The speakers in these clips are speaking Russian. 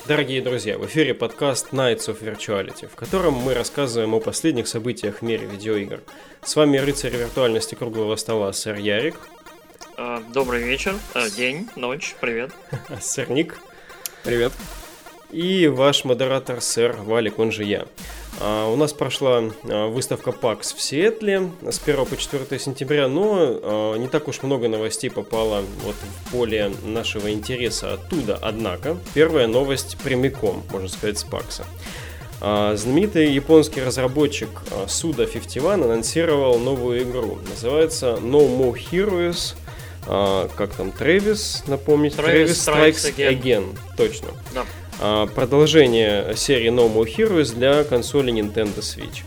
Дорогие друзья, в эфире подкаст Nights of Virtuality, в котором мы рассказываем о последних событиях в мире видеоигр. С вами рыцарь виртуальности круглого стола, сэр Ярик. Добрый вечер, день, ночь, привет. Сэр Ник. Привет. И ваш модератор, сэр Валик, он же я. У нас прошла выставка PAX в Сиэтле с 1 по 4 сентября, но не так уж много новостей попало вот в поле нашего интереса оттуда. Однако, первая новость прямиком, можно сказать, с PAX. Знаменитый японский разработчик Suda51 анонсировал новую игру. Называется No More Heroes. Как там, Трэвис, напомнить? Трэвис Strikes Again. Точно. Да. Продолжение серии No More Heroes для консоли Nintendo Switch.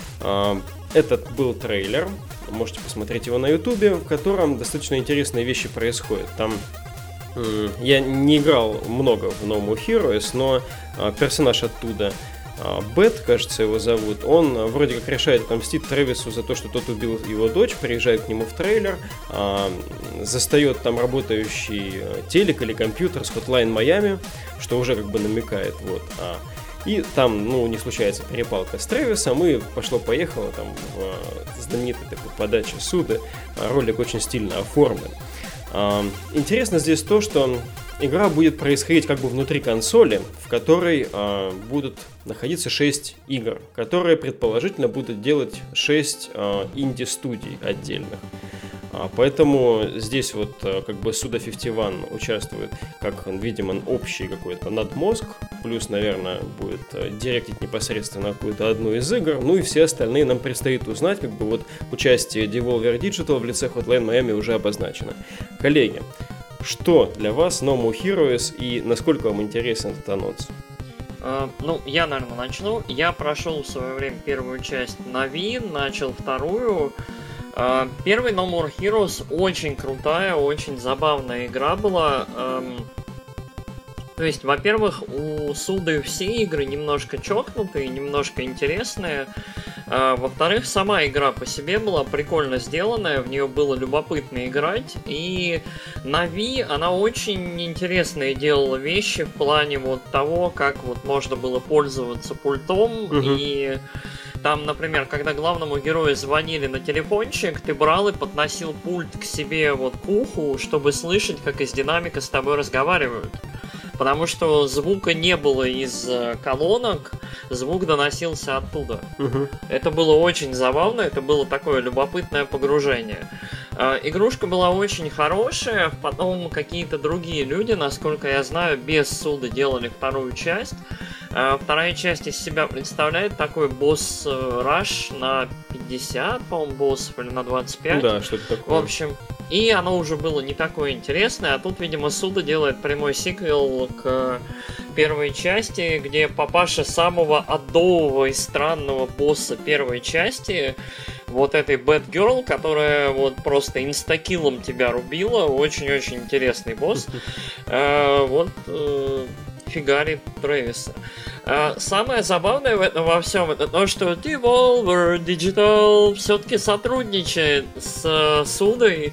Этот был трейлер, можете посмотреть его на YouTube, в котором достаточно интересные вещи происходят. Там я не играл много в No More Heroes, но персонаж оттуда, Бет, кажется, его зовут, он вроде как решает отомстить Трэвису за то, что тот убил его дочь, приезжает к нему в трейлер, застает там работающий телек или компьютер с Hotline Miami, что уже как бы намекает, вот. И там, у них случается перепалка с Трэвисом, и пошло-поехало, там в знаменитой такой подаче Суды ролик очень стильно оформлен. Интересно здесь то, что игра будет происходить как бы внутри консоли, в которой будут находиться 6 игр, которые предположительно будут делать 6 инди-студий отдельных. Поэтому здесь вот как бы Suda51 участвует как, видимо, общий какой-то надмозг, плюс, наверное, будет директить непосредственно какую-то одну из игр, ну и все остальные нам предстоит узнать, как бы вот участие Devolver Digital в лице Hotline Miami уже обозначено. Коллеги, что для вас No More Heroes и насколько вам интересен этот анонс? Я, наверное, начну. Я прошел в свое время первую часть на Wii, начал вторую. Первый No More Heroes очень крутая, очень забавная игра была. То есть, во-первых, у Суды все игры немножко чокнутые, немножко интересные. Во-вторых, сама игра по себе была прикольно сделанная, в нее было любопытно играть. И на Wii она очень интересные делала вещи в плане вот того, как вот можно было пользоваться пультом. И там, например, когда главному герою звонили на телефончик, ты брал и подносил пульт к себе вот к уху, чтобы слышать, как из динамика с тобой разговаривают. Потому что звука не было из колонок, звук доносился оттуда. Это было очень забавно, это было такое любопытное погружение. Игрушка была очень хорошая, потом какие-то другие люди, насколько я знаю, без Суды делали вторую часть. Вторая часть из себя представляет такой босс-раш на 50, по-моему, боссов, или на 25. Да, что-то такое. В общем, и оно уже было не такое интересное, а тут, видимо, Суда делает прямой сиквел к первой части, где папаша самого адового и странного босса первой части, вот этой Bad Girl, которая вот просто инстакиллом тебя рубила, очень-очень интересный босс, фигарит Трэвиса. Самое забавное в этом во всем это то, что Devolver Digital все-таки сотрудничает с Судой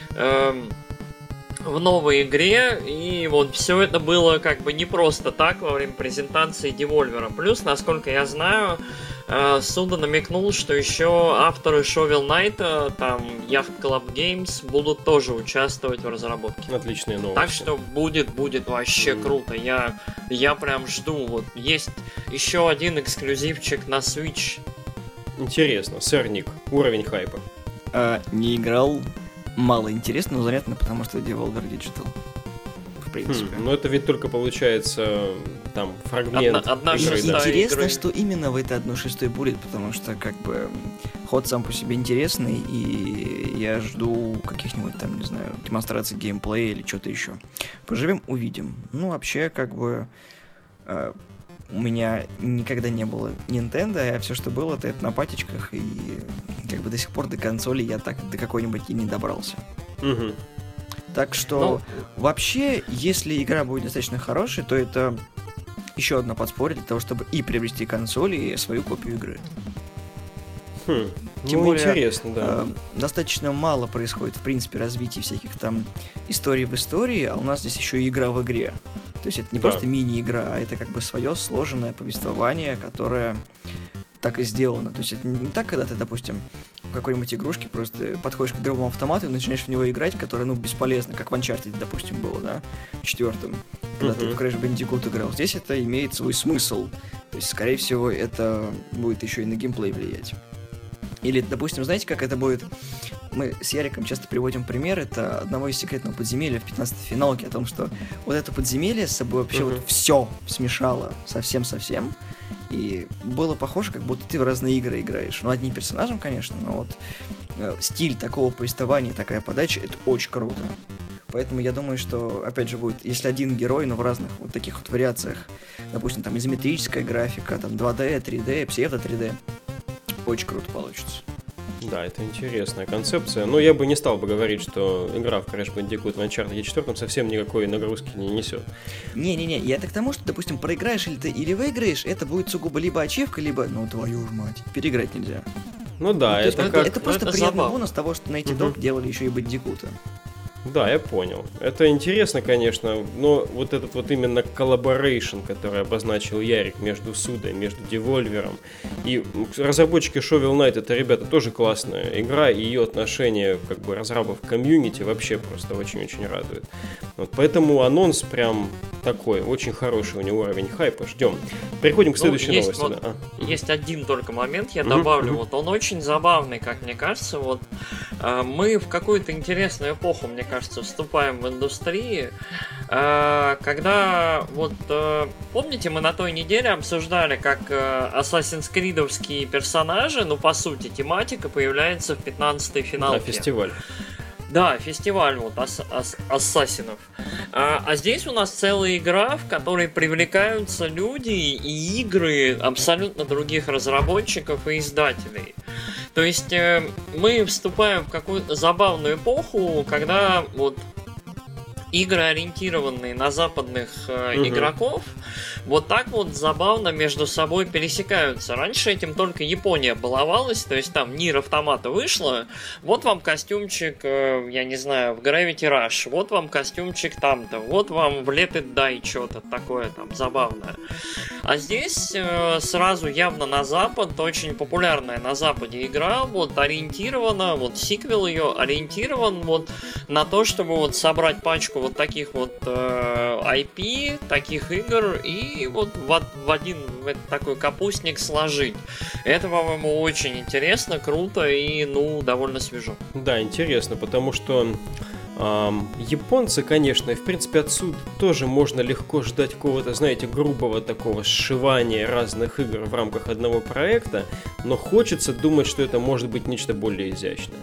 в новой игре, и вот все это было как бы не просто так во время презентации Devolver. Плюс, насколько я знаю, Суда намекнул, что еще авторы Shovel Knight, там Yacht Club Games, будут тоже участвовать в разработке. Отличные новости. Так что будет вообще круто. Я прям жду. Вот есть еще один эксклюзивчик на Switch. Интересно, сэр Ник, уровень хайпа. Не играл. Мало интересно, но занятно, потому что Devolver Digital. В принципе. Но это ведь только получается там фрагмент. Одна игры, шестая да. Интересно, игры. что именно в этой 1/6 будет, потому что как бы ход сам по себе интересный, и я жду каких-нибудь там, не знаю, демонстраций геймплея или что-то еще. Поживем, увидим. Ну, вообще, как бы у меня никогда не было Nintendo, а все, что было, это на патичках, и как бы до сих пор до консоли я так до какой-нибудь и не добрался. Так что вообще, если игра будет достаточно хорошей, то это еще одно подспорье для того, чтобы и приобрести консоль, и свою копию игры. Тем более, интересно, да. Достаточно мало происходит, в принципе, развития всяких там историй в истории, а у нас здесь еще и игра в игре. То есть это не просто мини-игра, а это как бы свое сложенное повествование, которое так и сделано. То есть это не так, когда ты, допустим, в какой-нибудь игрушке просто подходишь к игровому автомату и начинаешь в него играть, которое, бесполезно, как в Uncharted, допустим, было, да, 4-м, когда ты в Crash Bandicoot играл. Здесь это имеет свой смысл. То есть, скорее всего, это будет еще и на геймплей влиять. Или, допустим, знаете, как это будет? Мы с Яриком часто приводим пример, это одного из секретного подземелья в 15-й финалке, о том, что вот это подземелье с собой вообще вот все смешало совсем-совсем, и было похоже, как будто ты в разные игры играешь. Одним персонажем, конечно, но вот стиль такого повествования, такая подача, это очень круто. Поэтому я думаю, что, опять же, будет, если один герой, но в разных вот таких вот вариациях, допустим, там изометрическая графика, там 2D, 3D, псевдо-3D, очень круто получится. Да, это интересная концепция. Но я бы не стал бы говорить, что игра в Crash Bandicoot в Uncharted 4 совсем никакой нагрузки не несет. Не-не-не, я так к тому, что, допустим, проиграешь или выиграешь, это будет сугубо либо ачивка, либо, твою ж мать, переиграть нельзя. Ну да, это просто приятный бонус того, что Naughty Dog делали еще и Бандикута. Да, я понял. Это интересно, конечно, но вот этот вот именно коллаборейшн, который обозначил Ярик между Судой, между Devolver'ом и разработчики Shovel Knight, это, ребята, тоже классная игра, и ее отношение как бы разрабов к комьюнити вообще просто очень-очень радует. Вот, поэтому анонс прям такой, очень хороший у него уровень хайпа, ждем. Переходим к следующей новости. Вот, есть один только момент, я добавлю, вот он очень забавный, как мне кажется, вот мы в какую-то интересную эпоху, мне кажется, вступаем в индустрии, когда вот помните, мы на той неделе обсуждали, как Assassin's Creed-овские персонажи, по сути, тематика появляется в 15-й финалке. Да, фестиваль. Да, фестиваль вот ассасинов. А здесь у нас целая игра, в которой привлекаются люди и игры абсолютно других разработчиков и издателей. То есть мы вступаем в какую-то забавную эпоху, когда вот игры, ориентированные на западных игроков, вот так вот забавно между собой пересекаются. Раньше этим только Япония баловалась, то есть там Нир Автомата вышло, вот вам костюмчик, я не знаю, в Gravity Rush, вот вам костюмчик там-то, вот вам в Let It Die что-то такое там забавное. А здесь сразу явно на Запад, очень популярная на Западе игра, вот ориентирована, вот сиквел ее ориентирован вот на то, чтобы вот собрать пачку вот таких вот IP, таких игр и вот в один такой капустник сложить. Это, по-моему, очень интересно, круто и, довольно свежо. Да, интересно, потому что японцы, конечно, и в принципе отсюда тоже можно легко ждать какого-то, знаете, грубого такого сшивания разных игр в рамках одного проекта, но хочется думать, что это может быть нечто более изящное.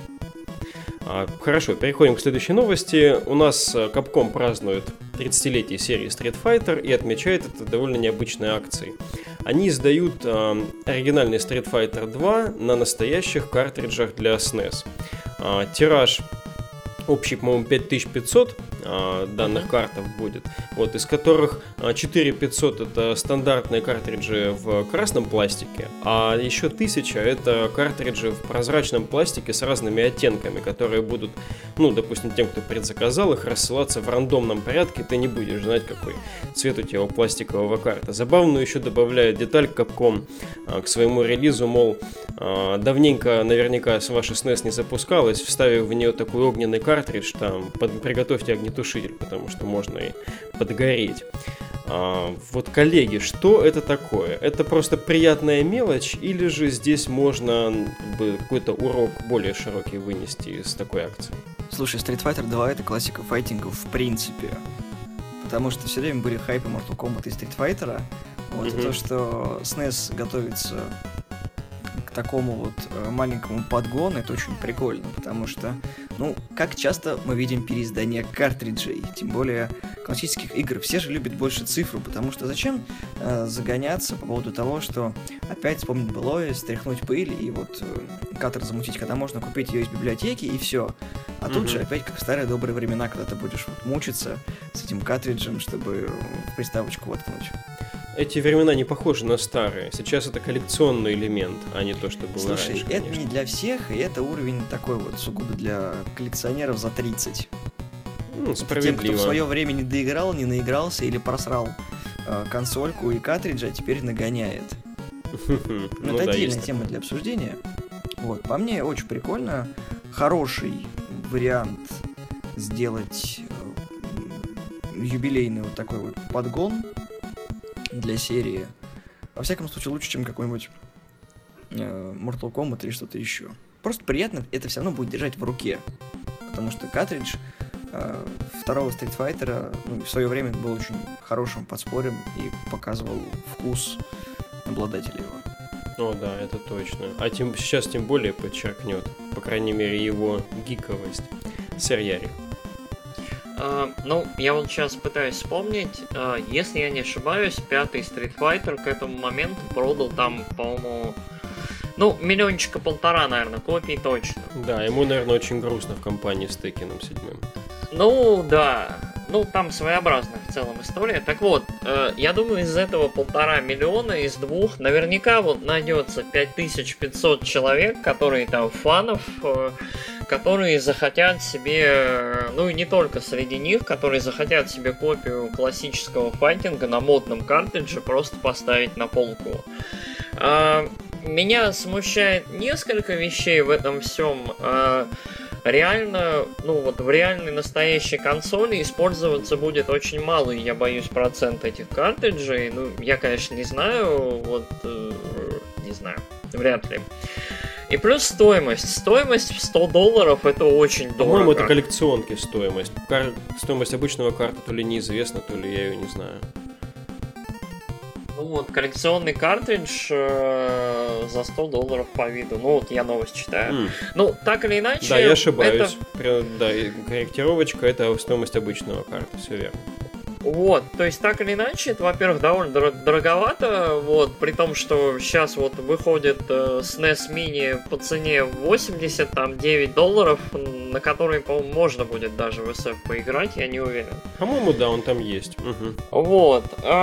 Хорошо, переходим к следующей новости. У нас Capcom празднует 30-летие серии Street Fighter и отмечает это довольно необычной акцией. Они издают оригинальный Street Fighter 2 на настоящих картриджах для SNES. Тираж общий, по-моему, 5500 данных картов будет, вот, из которых 4500 это стандартные картриджи в красном пластике, а еще 1000 это картриджи в прозрачном пластике с разными оттенками, которые будут, допустим, тем, кто предзаказал их, рассылаться в рандомном порядке, ты не будешь знать, какой цвет у тебя у пластикового карта. Забавную еще добавляет деталь Capcom к своему релизу, мол, давненько наверняка с вашей SNES не запускалась, вставив в нее такой огненный картридж, там, приготовьте огнетушитель, потому что можно и подгореть. Вот, коллеги, что это такое? Это просто приятная мелочь, или же здесь можно какой-то урок более широкий вынести из такой акции? Слушай, Street Fighter 2 это классика файтингов в принципе. Потому что все время были хайпы Mortal Kombat и Street Fighter. Вот, и то, что SNES готовится к такому вот маленькому подгону, это очень прикольно, потому что, как часто мы видим переиздание картриджей, тем более классических игр. Все же любят больше цифру, потому что зачем загоняться по поводу того, что опять вспомнить былое, стряхнуть пыль и вот каттер замутить, когда можно купить ее из библиотеки и все. А тут же опять как в старые добрые времена, когда ты будешь мучиться с этим картриджем, чтобы в приставочку воткнуть. Эти времена не похожи на старые. Сейчас это коллекционный элемент, а не то, что было раньше. Слушай, это не для всех, и это уровень такой вот сугубо для коллекционеров за 30. Справедливо. Тем, кто в свое время не доиграл, не наигрался или просрал консольку и картриджи, а теперь нагоняет. Это отдельная тема для обсуждения. Вот, по мне очень прикольно. Хороший вариант сделать юбилейный вот такой вот подгон для серии. Во всяком случае, лучше, чем какой-нибудь Mortal Kombat или что-то еще. Просто приятно это все равно будет держать в руке. Потому что картридж второго Street Fighter в свое время был очень хорошим подспорьем и показывал вкус обладателя его. О, да, это точно. А сейчас тем более подчеркнет, по крайней мере, его гиковость. Сэр Ярик. Я вот сейчас пытаюсь вспомнить, если я не ошибаюсь, 5-й Street Fighter к этому моменту продал там, по-моему, 1,5 миллиона, наверное, копий точно. Да, ему, наверное, очень грустно в компании с Текином 7. Да. Там своеобразная в целом история. Так вот, я думаю, из этого 1,5 миллиона, из 2, наверняка вот найдется 5500 человек, которые там фанов, которые захотят себе, и не только среди них, которые захотят себе копию классического файтинга на модном картридже просто поставить на полку. Меня смущает несколько вещей в этом всем. Реально, в реальной настоящей консоли использоваться будет очень малый, я боюсь, процент этих картриджей. Я, конечно, не знаю, не знаю, вряд ли. И плюс стоимость. Стоимость в $100 это очень дорого. По-моему, это коллекционки стоимость. Стоимость обычного карты то ли неизвестна, то ли я ее не знаю. Коллекционный картридж за $100 по виду. Я новость читаю. Так или иначе... Да, я ошибаюсь. Да, корректировочка — это стоимость обычного карты, все верно. То есть так или иначе, это, во-первых, довольно дороговато, при том, что сейчас выходит SNES Mini по цене $89, на который, по-моему, можно будет даже в SF поиграть, я не уверен. По-моему, да, он там есть. Угу.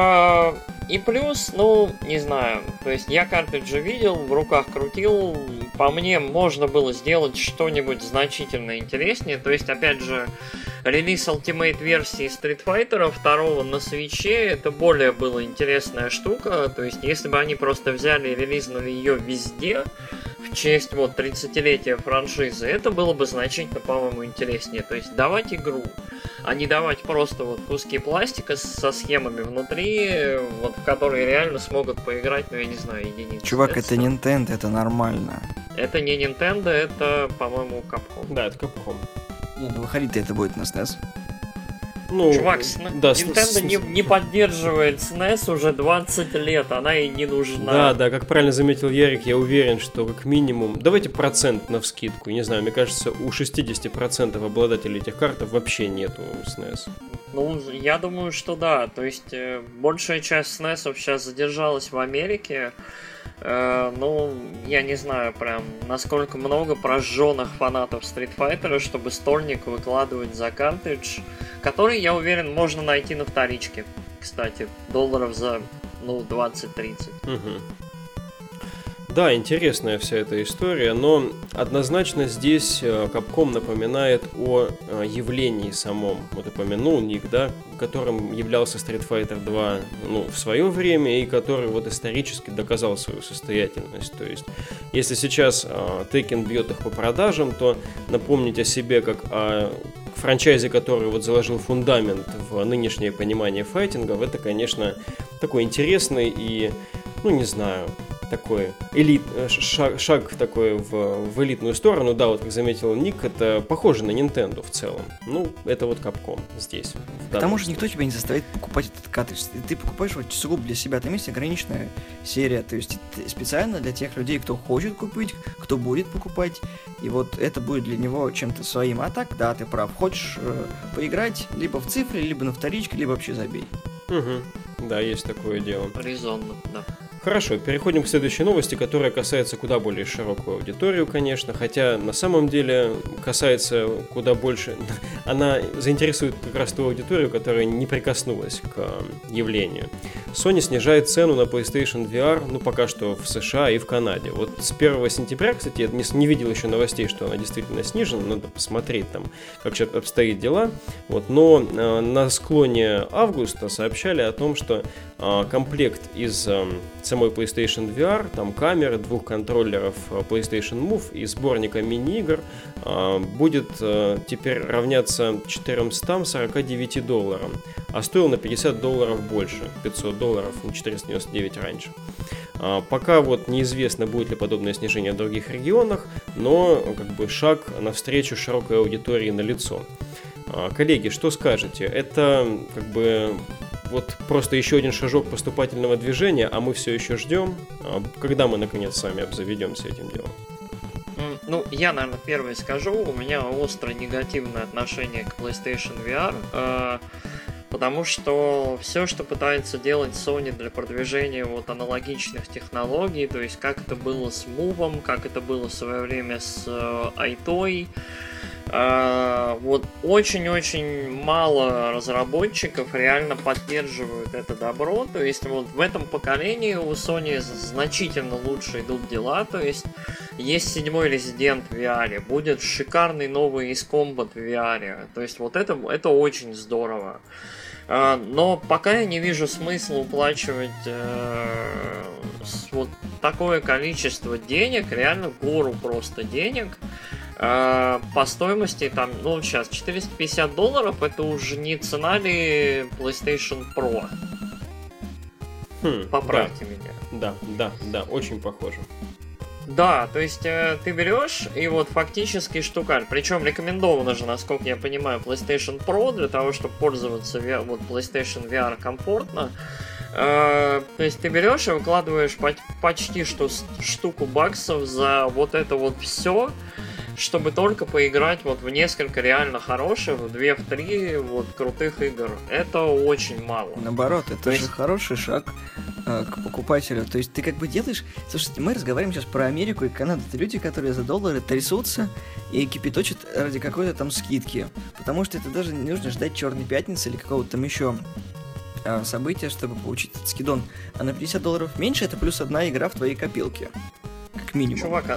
И плюс, не знаю, то есть я картриджи видел, в руках крутил, по мне можно было сделать что-нибудь значительно интереснее, то есть, опять же, релиз Ultimate версии Street Fighter 2 на Switch'е, это более была интересная штука, то есть, если бы они просто взяли и релизнули ее везде, в честь 30-летия франшизы, это было бы значительно, по-моему, интереснее, то есть, давать игру, а не давать просто куски пластика со схемами внутри, в которые реально смогут поиграть, я не знаю, единицы. Чувак, это Nintendo, это нормально. Это не Nintendo, это, по-моему, Capcom. Да, это Capcom. Выходить-то это будет на SNES. Чувак, Nintendo не поддерживает SNES уже 20 лет, она и не нужна. Да, как правильно заметил Ярик, я уверен, что как минимум, давайте процент навскидку, не знаю, мне кажется, у 60% обладателей этих карт вообще нету SNES. Я думаю, что да, то есть большая часть SNES сейчас задержалась в Америке. Я не знаю прям, насколько много прожженных фанатов Street Fighter, чтобы стольник выкладывать за картридж, который, я уверен, можно найти на вторичке, кстати, $20 за 20-30. Угу. Да, интересная вся эта история, но однозначно здесь Capcom напоминает о явлении самом. Упомянул Ник, да, которым являлся Street Fighter 2 в свое время и который исторически доказал свою состоятельность. То есть, если сейчас Tekken бьет их по продажам, то напомнить о себе как о франчайзе, который заложил фундамент в нынешнее понимание файтингов, это, конечно, такой интересный и, не знаю, такой шаг такой в элитную сторону. Да, как заметил Ник, это похоже на Nintendo в целом. Это Capcom здесь. К тому же никто тебя не заставит покупать этот картридж. Ты покупаешь сугубо для себя. Там есть ограниченная серия. То есть специально для тех людей, кто хочет купить, кто будет покупать. И это будет для него чем-то своим. А так, да, ты прав. Хочешь поиграть либо в цифре, либо на вторичке, либо вообще забей. Угу. Да, есть такое дело. Резонно, да. Хорошо, переходим к следующей новости, которая касается куда более широкую аудиторию, конечно, хотя на самом деле касается куда больше... Она заинтересует как раз ту аудиторию, которая не прикоснулась к явлению. Sony снижает цену на PlayStation VR, ну, пока что в США и в Канаде. Вот с 1 сентября, кстати, я не видел еще новостей, что она действительно снижена, надо посмотреть там, как сейчас обстоят дела. Вот, но на склоне августа сообщали о том, что комплект из самой PlayStation VR, там камеры, 2 контроллеров PlayStation Move и сборника мини-игр будет теперь равняться $449, а стоил на $50 больше, $500, $499 раньше. Пока вот неизвестно, будет ли подобное снижение в других регионах, но как бы шаг навстречу широкой аудитории налицо. Коллеги, что скажете? Это как бы вот просто еще один шажок поступательного движения, а мы все еще ждем. Когда мы наконец с вами обзаведемся этим делом? Ну, я, наверное, первый скажу. У меня остро негативное отношение к PlayStation VR, потому что все, что пытается делать Sony для продвижения вот аналогичных технологий, то есть как это было с Move, как это было в свое время с iToy, вот очень-очень мало разработчиков реально поддерживают это добро. То есть вот в этом поколении у Sony значительно лучше идут дела. То есть 7-й Resident в VR, будет шикарный новый Ace Combat в VR. То есть вот это очень здорово. Но пока я не вижу смысла уплачивать вот такое количество денег, реально гору просто денег. По стоимости там, ну сейчас $450, это уже не цена ли PlayStation Pro? Поправьте меня. Да, очень похоже. Да, то есть ты берешь и вот фактически штукарь, причем рекомендовано же, насколько я понимаю, PlayStation Pro для того, чтобы пользоваться вот PlayStation VR комфортно. То есть ты берешь и выкладываешь почти что штуку баксов за вот это вот все, чтобы только поиграть вот в несколько реально хороших, в 2-3 вот крутых игр. Это очень мало. Наоборот, это же хороший шаг к покупателю. То есть ты как бы делаешь... Слушайте, мы разговариваем сейчас про Америку и Канаду. Это люди, которые за доллары трясутся и кипяточат ради какой-то там скидки. Потому что это даже не нужно ждать Черной пятницы или какого-то там еще события, чтобы получить этот скидон. А на $50 меньше, это плюс одна игра в твоей копилке. Как минимум. Чувак,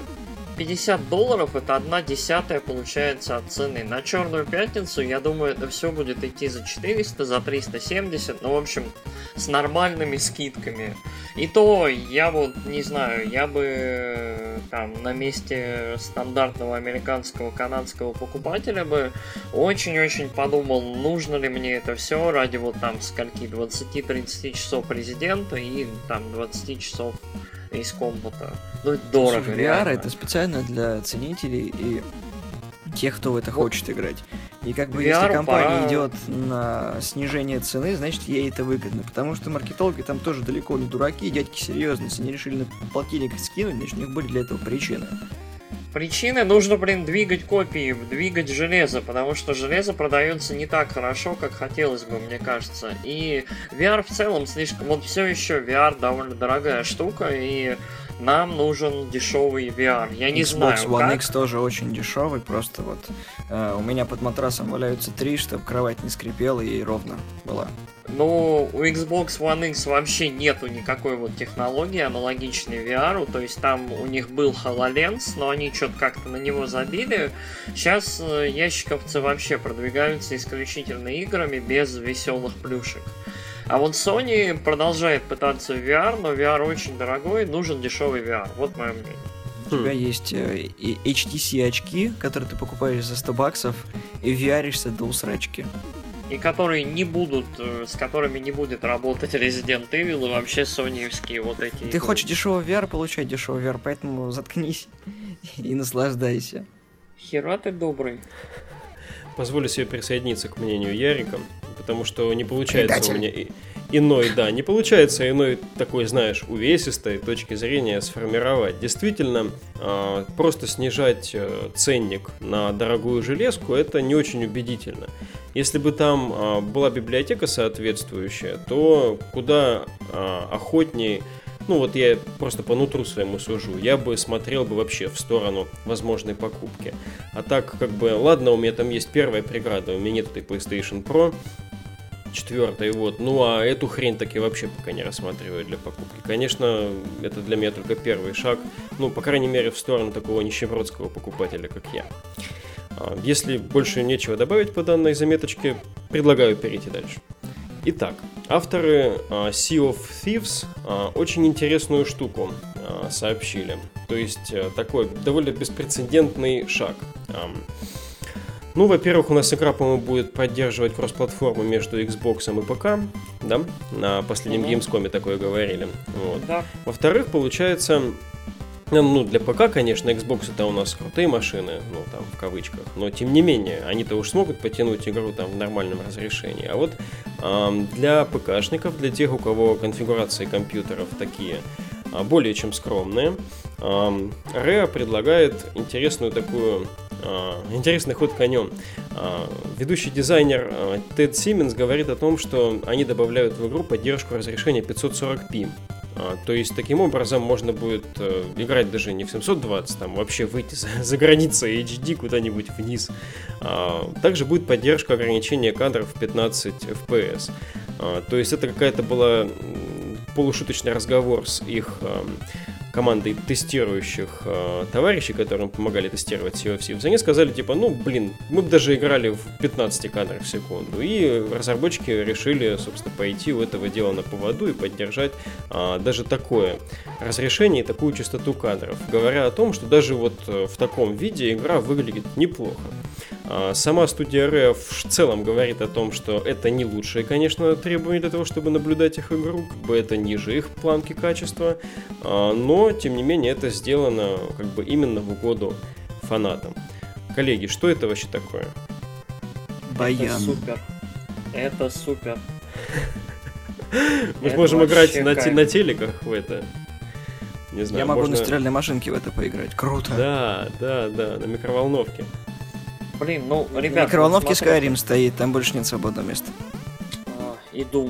$50 это 1/10 получается от цены. На Черную пятницу, я думаю, это все будет идти за 400, за 370, ну, в общем, с нормальными скидками. И то, я вот, не знаю, я бы там на месте стандартного американского, канадского покупателя бы очень-очень подумал, нужно ли мне это все ради вот там скольки, 20-30 часов Президента и там 20 часов из комбата. Ну, это дорого, VR реально. Это специально для ценителей и тех, кто в это хочет играть. И как бы VR если компания идет на снижение цены, значит ей это выгодно. Потому что маркетологи там тоже далеко не дураки, дядьки серьезные. Если они решили на полтинник скинуть, значит у них были для этого причины. Причины нужно, двигать копии, двигать железо, потому что железо продается не так хорошо, как хотелось бы, мне кажется. И VR в целом слишком... Вот все еще VR довольно дорогая штука, и нам нужен дешевый VR. Я не знаю, Xbox One как. X тоже очень дешевый, просто вот у меня под матрасом валяются 3, чтобы кровать не скрипела и ровно была. Но у Xbox One X вообще нету никакой вот технологии аналогичной VR, то есть там у них был HoloLens, но они что-то как-то на него забили. Сейчас ящиковцы вообще продвигаются исключительно играми без веселых плюшек. А вот Sony продолжает пытаться в VR, но VR очень дорогой, нужен дешевый VR. Вот мое мнение. У тебя есть HTC очки, которые ты покупаешь за $100 и VR-ишься до усрачки. И которые не будут, с которыми не будет работать Resident Evil и вообще соневские вот эти Ты игры. хочешь дешевый VR, получай дешевый VR, поэтому заткнись и наслаждайся. Хера ты добрый. Позволю себе присоединиться к мнению Ярика, потому что не получается у меня не получается иной такой, знаешь, увесистой точки зрения сформировать. Действительно, просто снижать ценник на дорогую железку, это не очень убедительно. Если бы там была библиотека соответствующая, то куда охотнее ну вот я просто по нутру своему сужу, я бы смотрел бы вообще в сторону возможной покупки. А так, как бы, ладно, у меня там есть первая преграда, у меня нет этой PlayStation Pro 4, вот, ну а эту хрень таки вообще пока не рассматриваю для покупки. Конечно, это для меня только первый шаг, ну, по крайней мере, в сторону такого нищебродского покупателя, как я. Если больше нечего добавить по данной заметочке, предлагаю перейти дальше. Итак, авторы Sea of Thieves очень интересную штуку сообщили. То есть такой довольно беспрецедентный шаг. Ну, во-первых, у нас игра, по-моему, будет поддерживать кросс-платформу между Xbox и ПК, да? На последнем Gamescom такое говорили. Вот. Да. Во-вторых, получается, ну, для ПК, конечно, Xbox это у нас крутые машины, ну, там, в кавычках, но, тем не менее, они-то уж смогут потянуть игру там в нормальном разрешении. А вот для ПКшников, для тех, у кого конфигурации компьютеров такие более чем скромные, Rare предлагает интересный ход конем. Ведущий дизайнер Тед Симмонс говорит о том, что они добавляют в игру поддержку разрешения 540p. То есть, таким образом, можно будет играть даже не в 720, там вообще выйти за границу HD куда-нибудь вниз. Также будет поддержка ограничения кадров в 15 FPS. То есть, это какая-то была полушуточный разговор с их командой тестирующих товарищей, которым помогали тестировать Sea of Thieves. Они сказали, типа, ну, блин, мы бы даже играли в 15 кадрах в секунду. И разработчики решили, собственно, пойти у этого дела на поводу и поддержать даже такое разрешение и такую частоту кадров, говоря о том, что даже вот в таком виде игра выглядит неплохо. Сама студия Rare в целом говорит о том, что это не лучшие, конечно, требования для того, чтобы наблюдать их игру, как бы это ниже их планки качества, но, тем не менее, это сделано как бы именно в угоду фанатам. Коллеги, что это вообще такое? Баян. Это супер. Это супер. Мы можем играть на телеках в это. Не знаю, я могу на стиральной машинке в это поиграть. Круто. Да, на микроволновке. Блин, ну, ребят... В микроволновке Skyrim стоит, там больше нет свободного места. И Doom.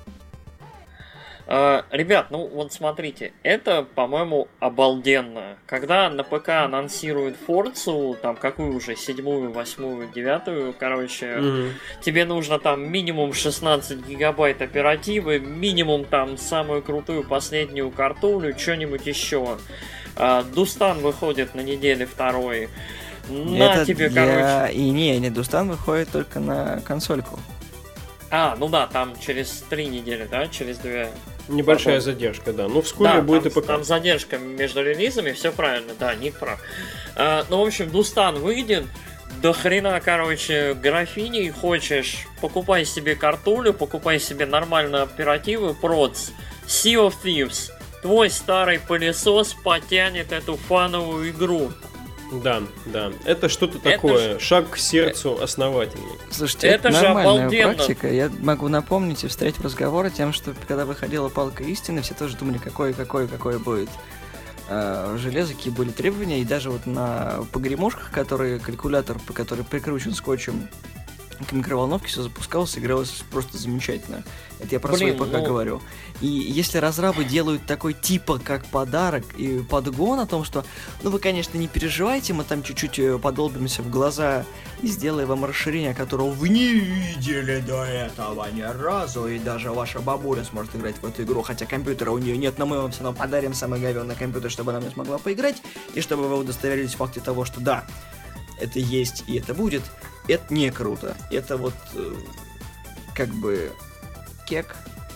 Ребят, ну вот смотрите, это, по-моему, обалденно. Когда на ПК анонсируют Форцу, там какую уже, 7-ю, 8-ю, 9-ю, короче, тебе нужно там минимум 16 гигабайт оперативы, минимум там самую крутую последнюю картулю, что-нибудь еще. Дустан выходит на неделе второй. На тебе, короче. И не, Дустан выходит только на консольку. Ну да, там через 3 недели, да, через 2. Небольшая задержка, да. Ну, вскоре будет там, и ПК. Там задержка между релизами, все правильно, да, Ник прав. Ну, в общем, Дустан выйдет, до хрена, короче, графиней хочешь, покупай себе картулю, покупай себе нормальную оперативу, проц, Sea of Thieves, твой старый пылесос потянет эту фановую игру. Да, это что-то такое, шаг к сердцу основательный. Слушайте, это нормальная практика. Я могу напомнить и встретить в разговор о том, что когда выходила палка истины, все тоже думали, какое будет железо, какие были требования, и даже вот на погремушках, калькулятор, который прикручен скотчем к микроволновке, все запускалось, игралось просто замечательно. Это я про свой ПК говорю. И если разрабы делают такой типа как подарок и подгон о том, что, ну вы, конечно, не переживайте, мы там чуть-чуть подолбимся в глаза и сделаем вам расширение, которого вы не видели до этого ни разу, и даже ваша бабуля сможет играть в эту игру, хотя компьютера у нее нет, но мы вам все равно подарим самый говёный компьютер, чтобы она не смогла поиграть, и чтобы вы удостоверились в факте того, что да, это есть и это будет. Это не круто. Это вот как бы кек.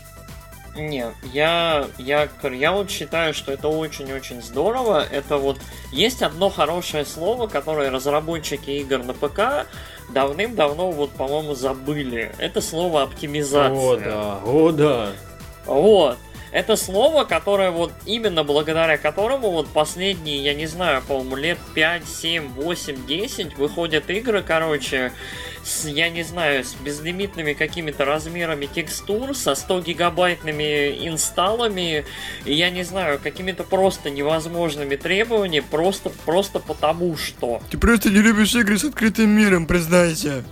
Не, я вот считаю, что это очень-очень здорово. Это вот есть одно хорошее слово, которое разработчики игр на ПК давным-давно, вот, по-моему, забыли. Это слово оптимизация. О да. Вот. Это слово, которое вот именно благодаря которому вот последние, я не знаю, по-моему, лет 5, 7, 8, 10 выходят игры, короче, я не знаю, с безлимитными какими-то размерами текстур, со 100 гигабайтными инсталлами, и я не знаю, какими-то просто невозможными требованиями, просто потому что. Ты просто не любишь игры с открытым миром, признайся.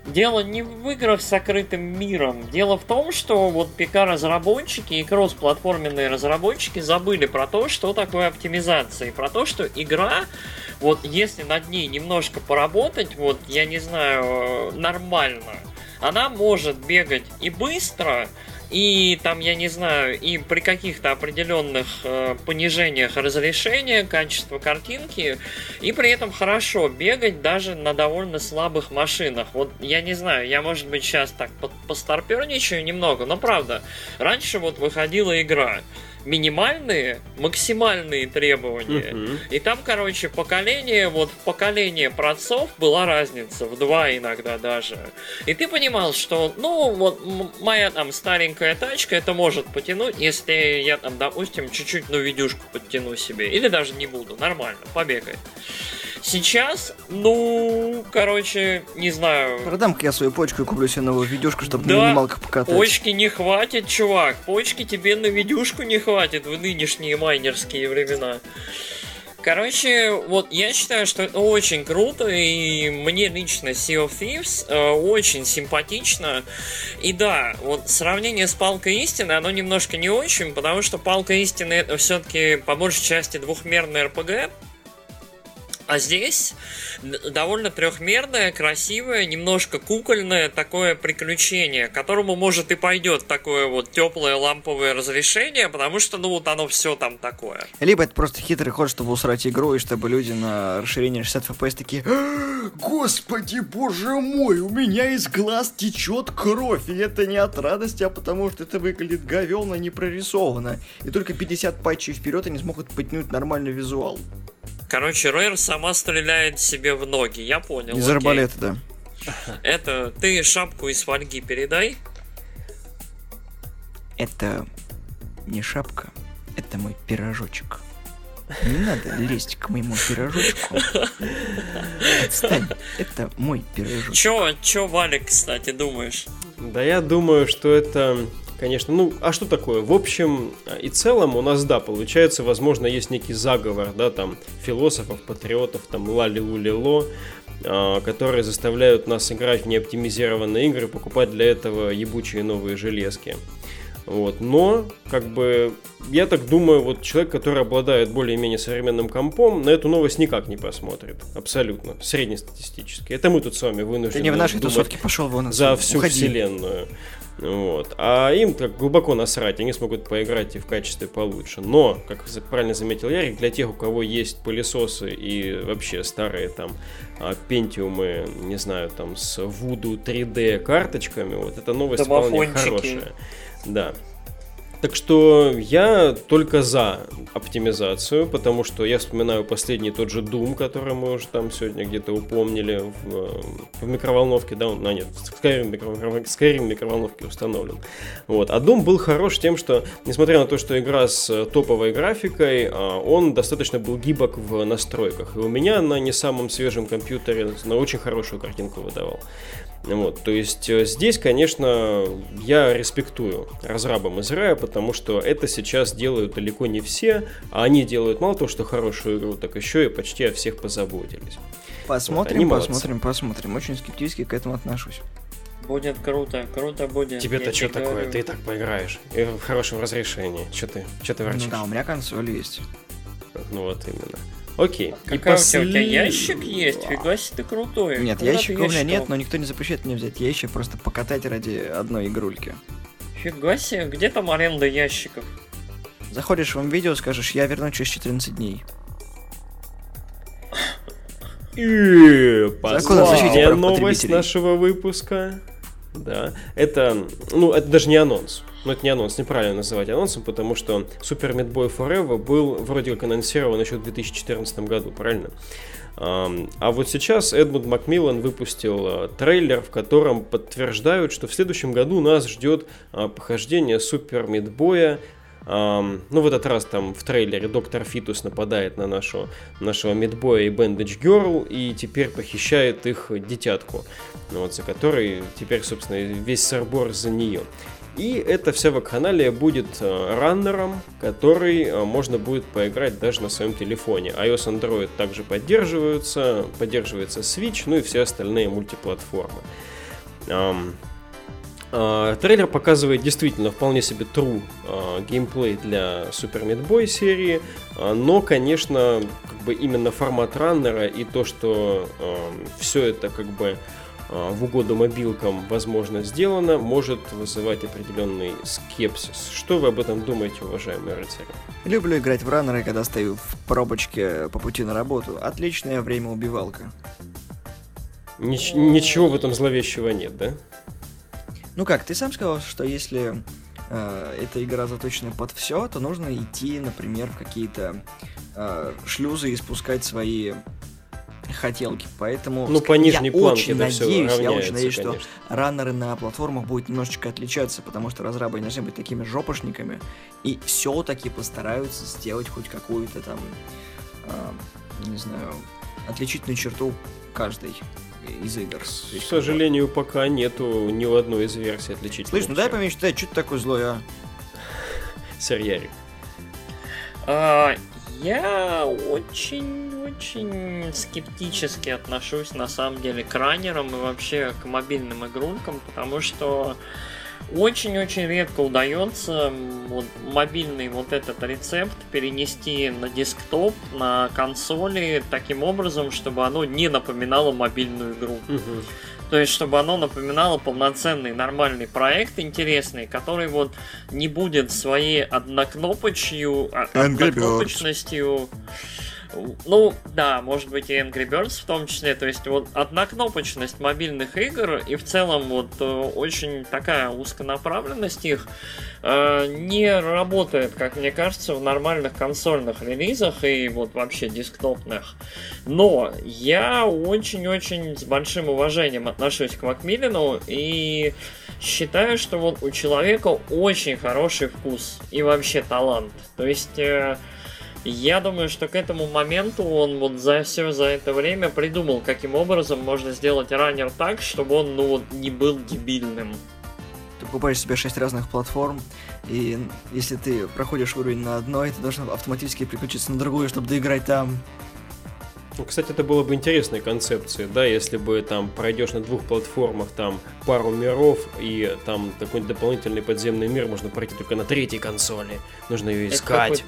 дело не в играх с закрытым миром. Дело в том, что вот ПК-разработчики и кросс-платформенные разработчики забыли про то, что такое оптимизация. И про то, что игра, вот если над ней немножко поработать, вот, я не знаю, нормально, она может бегать и быстро, и там, я не знаю, и при каких-то определенных понижениях разрешения, качества картинки, и при этом хорошо бегать даже на довольно слабых машинах. Вот я не знаю, я, может быть, сейчас так постарперничаю немного, но правда, раньше вот выходила игра. Минимальные, максимальные требования. И там, короче, поколение праотцов была разница, в 2 иногда даже. И ты понимал, что, ну, вот моя там старенькая тачка это может потянуть, если я там, допустим, чуть-чуть, ну, видюшку подтяну себе. Или даже не буду, нормально, побегает. Сейчас, ну, короче, не знаю. Продам-ка я свою почку и куплю себе новую видюшку, чтобы на минималках покатать. Почки не хватит, чувак. Почки тебе на видюшку не хватит в нынешние майнерские времена. Короче, вот я считаю, что это очень круто, и мне лично Sea of Thieves очень симпатично. И да, вот сравнение с Палкой Истины, оно немножко не очень, потому что Палка Истины это все-таки по большей части двухмерный РПГ. А здесь довольно трехмерное, красивое, немножко кукольное такое приключение, которому, может, и пойдет такое вот теплое ламповое разрешение, потому что, ну, вот оно все там такое. Либо это просто хитрый ход, чтобы усрать игру, и чтобы люди на расширение 60 FPS такие: «Господи, боже мой, у меня из глаз течет кровь, и это не от радости, а потому что это выглядит говёно, не прорисовано. И только 50 патчей вперед они смогут подтянуть нормальный визуал». Короче, Rare сама стреляет себе в ноги, я понял. Из арбалета, да. Это, ты шапку из фольги передай. Это не шапка, это мой пирожочек. Не надо лезть к моему пирожочку. Отстань, это мой пирожочек. Чё, Валик, кстати, думаешь? Да я думаю, что это... Конечно, ну, а что такое? В общем и целом у нас, да, получается, возможно, есть некий заговор, да, там, философов, патриотов, там, лали-лу-лило, которые заставляют нас играть в неоптимизированные игры, покупать для этого ебучие новые железки. Вот. Но, как бы, я так думаю, вот человек, который обладает более-менее современным компом, на эту новость никак не посмотрит. Абсолютно. Среднестатистически. Это мы тут с вами вынуждены Ты не в нашей тусовке пошел вон за всю вселенную. Вот. А им так глубоко насрать, они смогут поиграть и в качестве получше. Но, как правильно заметил Ярик, для тех, у кого есть пылесосы и вообще старые там пентиумы, не знаю, там с Voodoo 3D карточками, вот эта новость вполне хорошая. Да. Так что я только за оптимизацию, потому что я вспоминаю последний тот же Doom, который мы уже там сегодня где-то упомнили в микроволновке, да, нет, Skyrim в микроволновке установлен. Вот. А Doom был хорош тем, что, несмотря на то, что игра с топовой графикой, он достаточно был гибок в настройках. И у меня на не самом свежем компьютере на очень хорошую картинку выдавал. Вот, то есть здесь, конечно, я респектую разрабам из Rare, потому что это сейчас делают далеко не все, а они делают мало того, что хорошую игру, так еще и почти о всех позаботились. Посмотрим. Очень скептически к этому отношусь. Будет круто будет. Тебе-то что такое? Ты и так поиграешь. И в хорошем разрешении. Что ты ворчишь? Ну да, у меня консоль есть. Ну вот именно. Окей. Какая у тебя ящик есть? Фига себе, ты крутой. Нет, ящика у меня нет, но никто не запрещает мне взять ящик, просто покатать ради одной игрульки. Фига себе, где там аренда ящиков? Заходишь в видео, скажешь: я верну через 14 дней. Последняя новость нашего выпуска. Да, это даже не анонс. Но это не анонс, неправильно называть анонсом, потому что Super Meat Boy Forever был вроде как анонсирован еще в 2014 году, правильно? А вот сейчас Эдмунд Макмиллан выпустил трейлер, в котором подтверждают, что в следующем году нас ждет похождение Super Meat Boy. В этот раз там в трейлере доктор Фитус нападает на нашего Мидбоя и Bandage Girl и теперь похищает их дитятку, вот, за которой теперь, собственно, весь сырбор за нее. И эта вся вакханалия будет раннером, который можно будет поиграть даже на своем телефоне. iOS, Android также поддерживается Switch, ну и все остальные мультиплатформы. Трейлер показывает действительно вполне себе true геймплей для Super Meat Boy серии, но, конечно, как бы именно формат раннера и то, что все это как бы в угоду мобилкам, возможно, сделано, может вызывать определенный скепсис. Что вы об этом думаете, уважаемые рыцари? Люблю играть в раннеры, когда стою в пробочке по пути на работу. Отличная времяубивалка. Ничего в этом зловещего нет, да? Ну как, ты сам сказал, что если эта игра заточена под все, то нужно идти, например, в какие-то шлюзы и спускать свои хотелки. Поэтому по нижней планке я очень надеюсь, конечно. что раннеры на платформах будут немножечко отличаться, потому что разрабы не должны быть такими жопошниками и все-таки постараются сделать хоть какую-то там, не знаю, отличительную черту каждой из игр. К сожалению, пока нету ни у одной из версий отличительной. Слышь, ну дай помечтать, что ты такой злой, а? Сэр Ярик. Я очень скептически отношусь, на самом деле, к раннерам и вообще к мобильным игрулькам, потому что очень-очень редко удается мобильный вот этот рецепт перенести на десктоп, на консоли, таким образом, чтобы оно не напоминало мобильную игру. Угу. То есть, чтобы оно напоминало полноценный нормальный проект, интересный, который вот не будет своей однокнопочностью. Ну, да, может быть и Angry Birds в том числе. То есть, вот однокнопочность мобильных игр и в целом вот очень такая узконаправленность их не работает, как мне кажется, в нормальных консольных релизах и вот вообще десктопных. Но я очень-очень с большим уважением отношусь к Макмиллану и считаю, что вот у человека очень хороший вкус и вообще талант. То есть я думаю, что к этому моменту он вот за это время придумал, каким образом можно сделать раннер так, чтобы он не был дебильным. Ты покупаешь себе 6 разных платформ, и если ты проходишь уровень на одной, ты должен автоматически переключиться на другую, чтобы доиграть там. Ну, кстати, это было бы интересной концепцией, да, если бы там пройдешь на 2 платформах там пару миров, и там какой-нибудь дополнительный подземный мир можно пройти только на 3-й консоли. Нужно ее искать.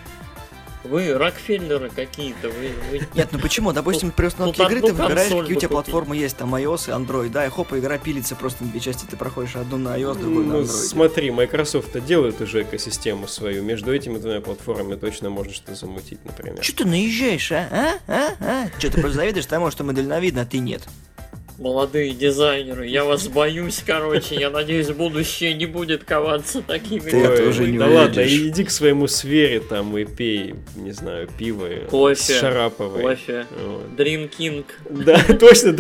Вы Рокфеллеры какие-то, вы... Нет, ну почему? Допустим, при установке игры ты выбираешь, какие у тебя платформы есть, там iOS и Android, да, и хопа, игра пилится просто на 2 части, ты проходишь одну на iOS, другую на Android. Смотри, Microsoft-то делает уже экосистему свою, между этими 2 платформами точно можно что-то замутить, например. Че ты наезжаешь, а? Че, ты просто завидуешь тому, что мы дальновидны, а ты нет? Молодые дизайнеры, я вас боюсь, короче, я надеюсь, будущее не будет коваться такими. Ты это уже не да увидишь. Ладно, иди к своему сфере там и пей, не знаю, пиво кофе, с Шараповой. Кофе, вот. Дринкинг. Да, точно,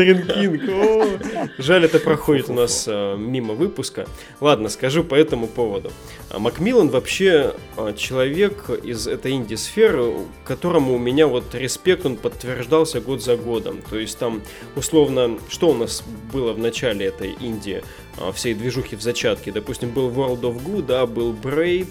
Дринкинг. Жаль, это проходит у нас мимо выпуска. Ладно, скажу по этому поводу. Макмиллан вообще человек из этой инди-сферы, которому у меня вот респект, он подтверждался год за годом. То есть там, условно, что у нас было в начале этой инди, всей движухи в зачатке? Допустим, был World of Goo, да, был Braid,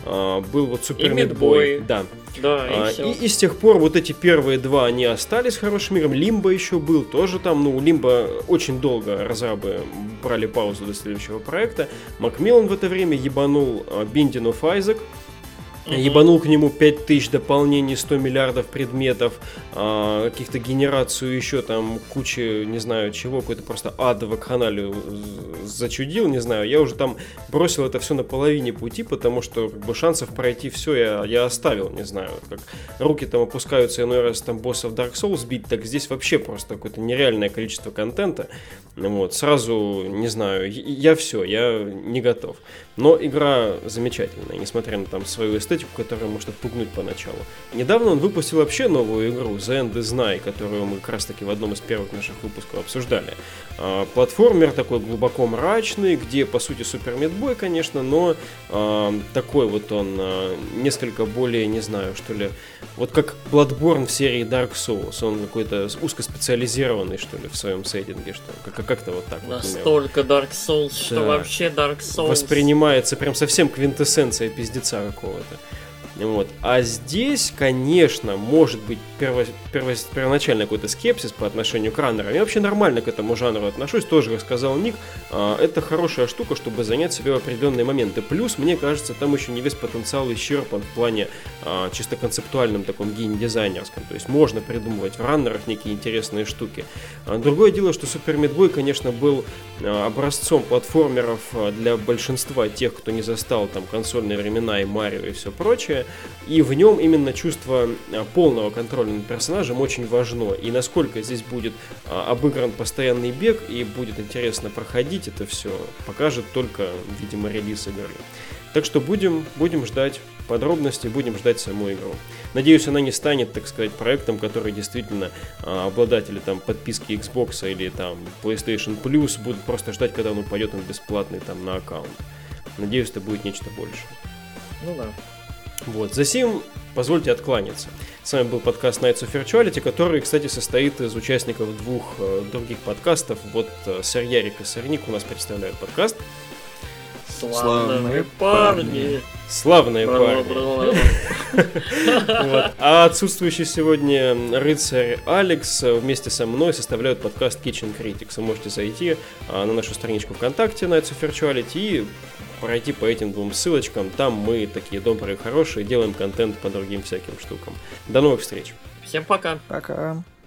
был вот Super Meat Boy. Да. Да, и с тех пор вот эти первые 2, они остались хорошим миром. Limbo еще был, тоже там, ну, Limbo очень долго разрабы брали паузу до следующего проекта. Макмиллан в это время ебанул Binding of Isaac, ебанул к нему 5000 дополнений, 100 миллиардов предметов, каких-то генерацию еще там кучи, не знаю чего, какой-то просто ад в вакханалию зачудил, не знаю. Я уже там бросил это все на половине пути, потому что как бы шансов пройти все я оставил, не знаю. Как руки там опускаются иной раз там боссов Dark Souls бить, так здесь вообще просто какое-то нереальное количество контента. Вот, сразу, не знаю, я не готов. Но игра замечательная, несмотря на там свою эстетику, которая может отпугнуть поначалу. Недавно он выпустил вообще новую игру, The End is Nigh, которую мы как раз таки в одном из первых наших выпусков обсуждали. Платформер такой глубоко мрачный, где по сути Super Meat Boy, конечно, но такой вот он несколько более, не знаю, что ли, вот как Bloodborne в серии Dark Souls, он какой-то узкоспециализированный, что ли, в своем сеттинге, что как-то вот так. Настолько Dark Souls, что вообще Dark Souls воспринимается прям совсем квинтэссенция пиздеца какого-то. Вот. А здесь, конечно, может быть первоначальный какой-то скепсис по отношению к раннерам. Я вообще нормально к этому жанру отношусь, тоже рассказал Ник. Это хорошая штука, чтобы занять себя в определенные моменты. Плюс, мне кажется, там еще не весь потенциал исчерпан в плане чисто концептуальном таком геймдизайнерском. То есть можно придумывать в раннерах некие интересные штуки. Другое дело, что Super Meat Boy, конечно, был образцом платформеров для большинства тех, кто не застал там консольные времена и Марио и все прочее. И в нем именно чувство полного контроля над персонажем очень важно. И насколько здесь будет обыгран постоянный бег и будет интересно проходить это все, покажет только, видимо, релиз игры. Так что будем ждать подробностей, будем ждать саму игру. Надеюсь, она не станет, так сказать, проектом, который действительно обладатели там подписки Xbox или там PlayStation Plus будут просто ждать, когда он упадет им бесплатный там на аккаунт. Надеюсь, это будет нечто большее. Ну да. Вот, за сим позвольте откланяться. С вами был подкаст Nights of Virtuality, который, кстати, состоит из участников двух других подкастов. Вот Сэр Ярик и Сэр Ник у нас представляют подкаст. Славные парни. Славные парни. А отсутствующий сегодня рыцарь Алекс вместе со мной составляют подкаст Kitchen Critics. Вы можете зайти на нашу страничку ВКонтакте Nights of Virtuality и пройти по этим двум ссылочкам. Там мы такие добрые, хорошие, делаем контент по другим всяким штукам. До новых встреч. Всем пока. Пока.